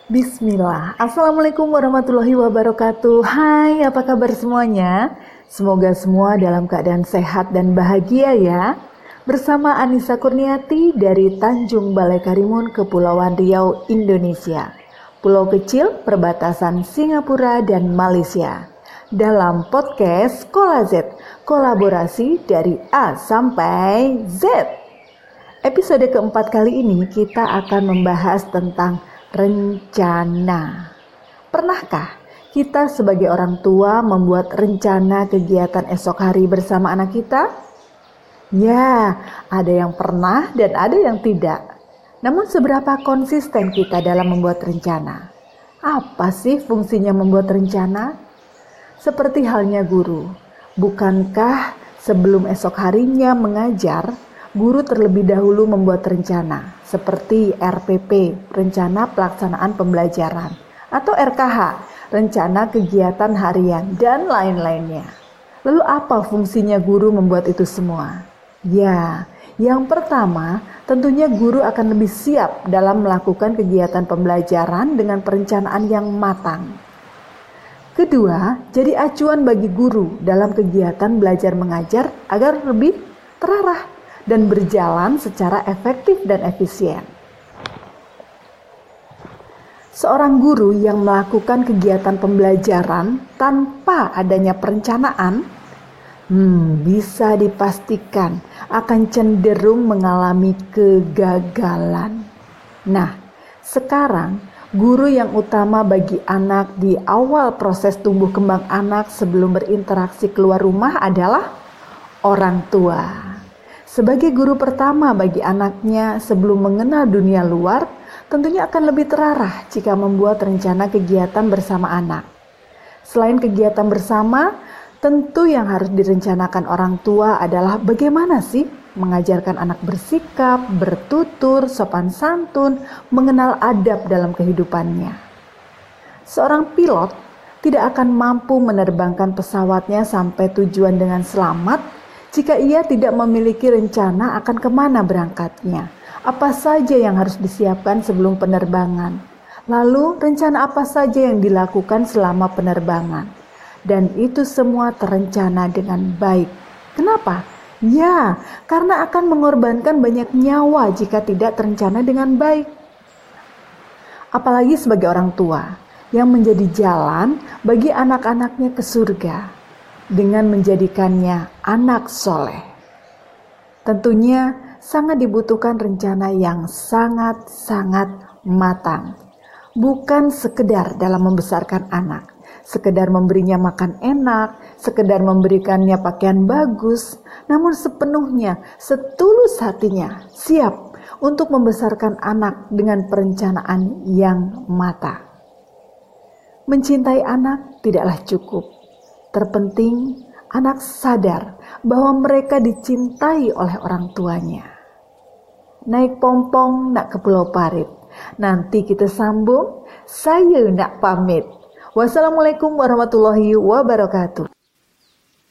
Bismillah. Assalamualaikum warahmatullahi wabarakatuh. Hai, apa kabar semuanya? Semoga semua dalam keadaan sehat dan bahagia ya. Bersama Anissa Kurniati dari Tanjung Balai Karimun, Kepulauan Riau, Indonesia. Pulau kecil perbatasan Singapura dan Malaysia. Dalam podcast Kola Z, kolaborasi dari A sampai Z. Episode keempat kali ini kita akan membahas tentang rencana. Pernahkah kita sebagai orang tua membuat rencana kegiatan esok hari bersama anak kita? Ya, ada yang pernah dan ada yang tidak. Namun seberapa konsisten kita dalam membuat rencana? Apa sih fungsinya membuat rencana? Seperti halnya guru, bukankah sebelum esok harinya mengajar, guru terlebih dahulu membuat rencana seperti RPP, Rencana Pelaksanaan Pembelajaran, atau RKH, Rencana Kegiatan Harian, dan lain-lainnya. Lalu apa fungsinya guru membuat itu semua? Ya, yang pertama tentunya guru akan lebih siap dalam melakukan kegiatan pembelajaran dengan perencanaan yang matang. Kedua, jadi acuan bagi guru dalam kegiatan belajar mengajar agar lebih terarah dan berjalan secara efektif dan efisien. Seorang guru yang melakukan kegiatan pembelajaran tanpa adanya perencanaan, bisa dipastikan akan cenderung mengalami kegagalan. Nah, sekarang guru yang utama bagi anak di awal proses tumbuh kembang anak sebelum berinteraksi keluar rumah adalah orang tua. Sebagai guru pertama bagi anaknya sebelum mengenal dunia luar, tentunya akan lebih terarah jika membuat rencana kegiatan bersama anak. Selain kegiatan bersama, tentu yang harus direncanakan orang tua adalah bagaimana sih mengajarkan anak bersikap, bertutur, sopan santun, mengenal adab dalam kehidupannya. Seorang pilot tidak akan mampu menerbangkan pesawatnya sampai tujuan dengan selamat jika ia tidak memiliki rencana akan kemana berangkatnya, apa saja yang harus disiapkan sebelum penerbangan, lalu rencana apa saja yang dilakukan selama penerbangan. Dan itu semua terencana dengan baik. Kenapa? Ya, karena akan mengorbankan banyak nyawa jika tidak terencana dengan baik. Apalagi sebagai orang tua yang menjadi jalan bagi anak-anaknya ke surga dengan menjadikannya anak soleh. Tentunya sangat dibutuhkan rencana yang sangat-sangat matang. Bukan sekedar dalam membesarkan anak, sekedar memberinya makan enak, sekedar memberikannya pakaian bagus, namun sepenuhnya, setulus hatinya siap untuk membesarkan anak dengan perencanaan yang matang. Mencintai anak tidaklah cukup. Terpenting, anak sadar bahwa mereka dicintai oleh orang tuanya. Naik pompong nak ke Pulau Parit. Nanti kita sambung. Saya nak pamit. Wassalamualaikum warahmatullahi wabarakatuh.